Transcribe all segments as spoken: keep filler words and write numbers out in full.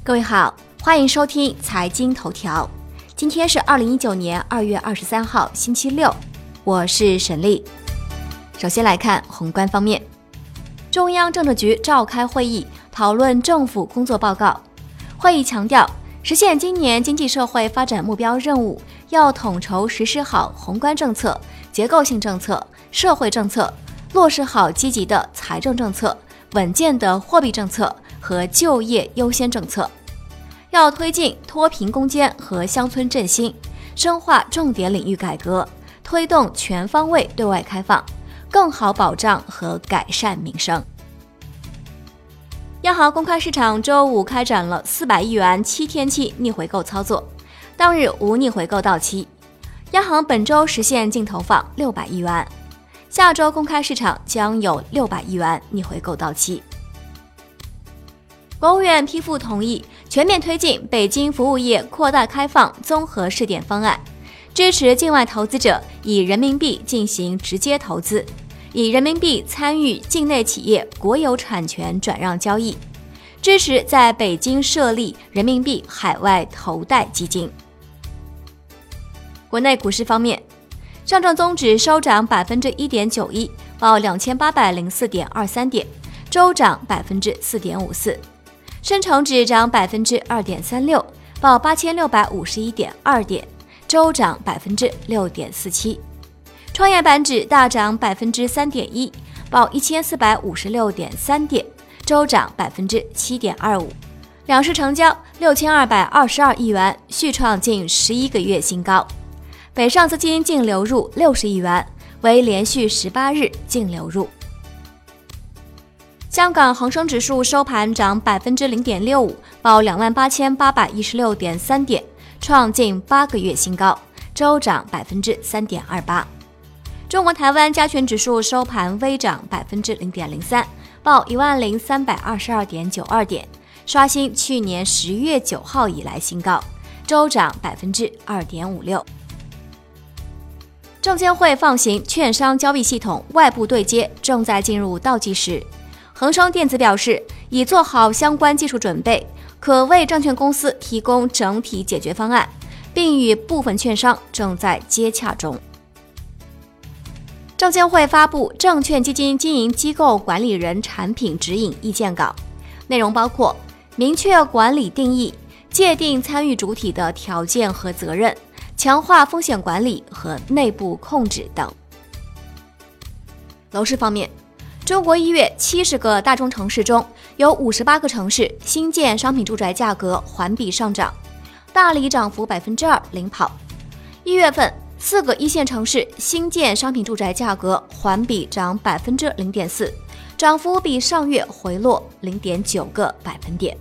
各位好，欢迎收听财经头条。今天是二零一九年二月二十三号，星期六，我是沈丽。首先来看宏观方面，中央政治局召开会议，讨论政府工作报告。会议强调，实现今年经济社会发展目标任务，要统筹实施好宏观政策、结构性政策、社会政策，落实好积极的财政政策、稳健的货币政策和就业优先政策，要推进脱贫攻坚和乡村振兴，深化重点领域改革，推动全方位对外开放，更好保障和改善民生。央行公开市场周五开展了四百亿元七天期逆回购操作，当日无逆回购到期。央行本周实现净投放六百亿元，下周公开市场将有六百亿元逆回购到期。国务院批复同意全面推进北京服务业扩大开放综合试点方案，支持境外投资者以人民币进行直接投资，以人民币参与境内企业国有产权转让交易，支持在北京设立人民币海外投贷基金。国内股市方面，上证综指收涨 百分之一点九一， 报两千八百零四点二三点，周涨 百分之四点五四。深成指涨 百分之二点三六， 报八千六百五十一点二点，周涨 百分之六点四七。创业板指大涨 百分之三点一， 报一千四百五十六点三点，周涨 百分之七点二五。两市成交六千二百二十二亿元，续创近十一个月新高。北上资金净流入六十亿元，为连续十八日净流入。香港恒生指数收盘涨 百分之零点六五， 报两万八千八百一十六点三点，创近八个月新高，周涨 百分之三点二八。中国台湾加权指数收盘微涨 百分之零点零三， 报一万零三百二十二点九二点，刷新去年十月九号以来新高，周涨 百分之二点五六。证监会放行券商交易系统外部对接正在进入倒计时。恒生电子表示，已做好相关技术准备，可为证券公司提供整体解决方案，并与部分券商正在接洽中。证监会发布证券基金经营机构管理人产品指引意见稿，内容包括明确管理定义、界定参与主体的条件和责任、强化风险管理和内部控制等。楼市方面，中国一月七十个大中城市中，有五十八个城市新建商品住宅价格环比上涨，大理涨幅 百分之二 领跑。一月份，四个一线城市新建商品住宅价格环比涨 百分之零点四， 涨幅比上月回落 零点九个百分点。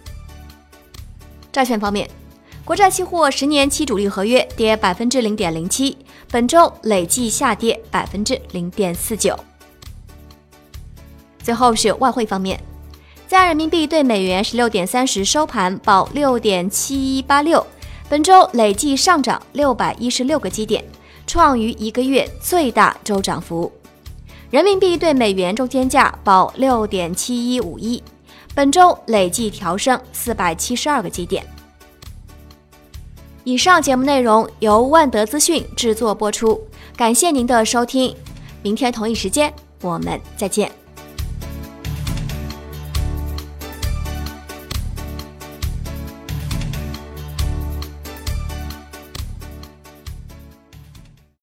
债券方面，国债期货十年期主力合约跌 百分之零点零七， 本周累计下跌 百分之零点四九。最后是外汇方面，在人民币对美元十六点三十收盘报 六点七一八六， 本周累计上涨六百一十六个基点，创于一个月最大周涨幅。人民币对美元中间价报 六点七一五一， 本周累计调升四百七十二个基点。以上节目内容由万德资讯制作播出，感谢您的收听，明天同一时间我们再见。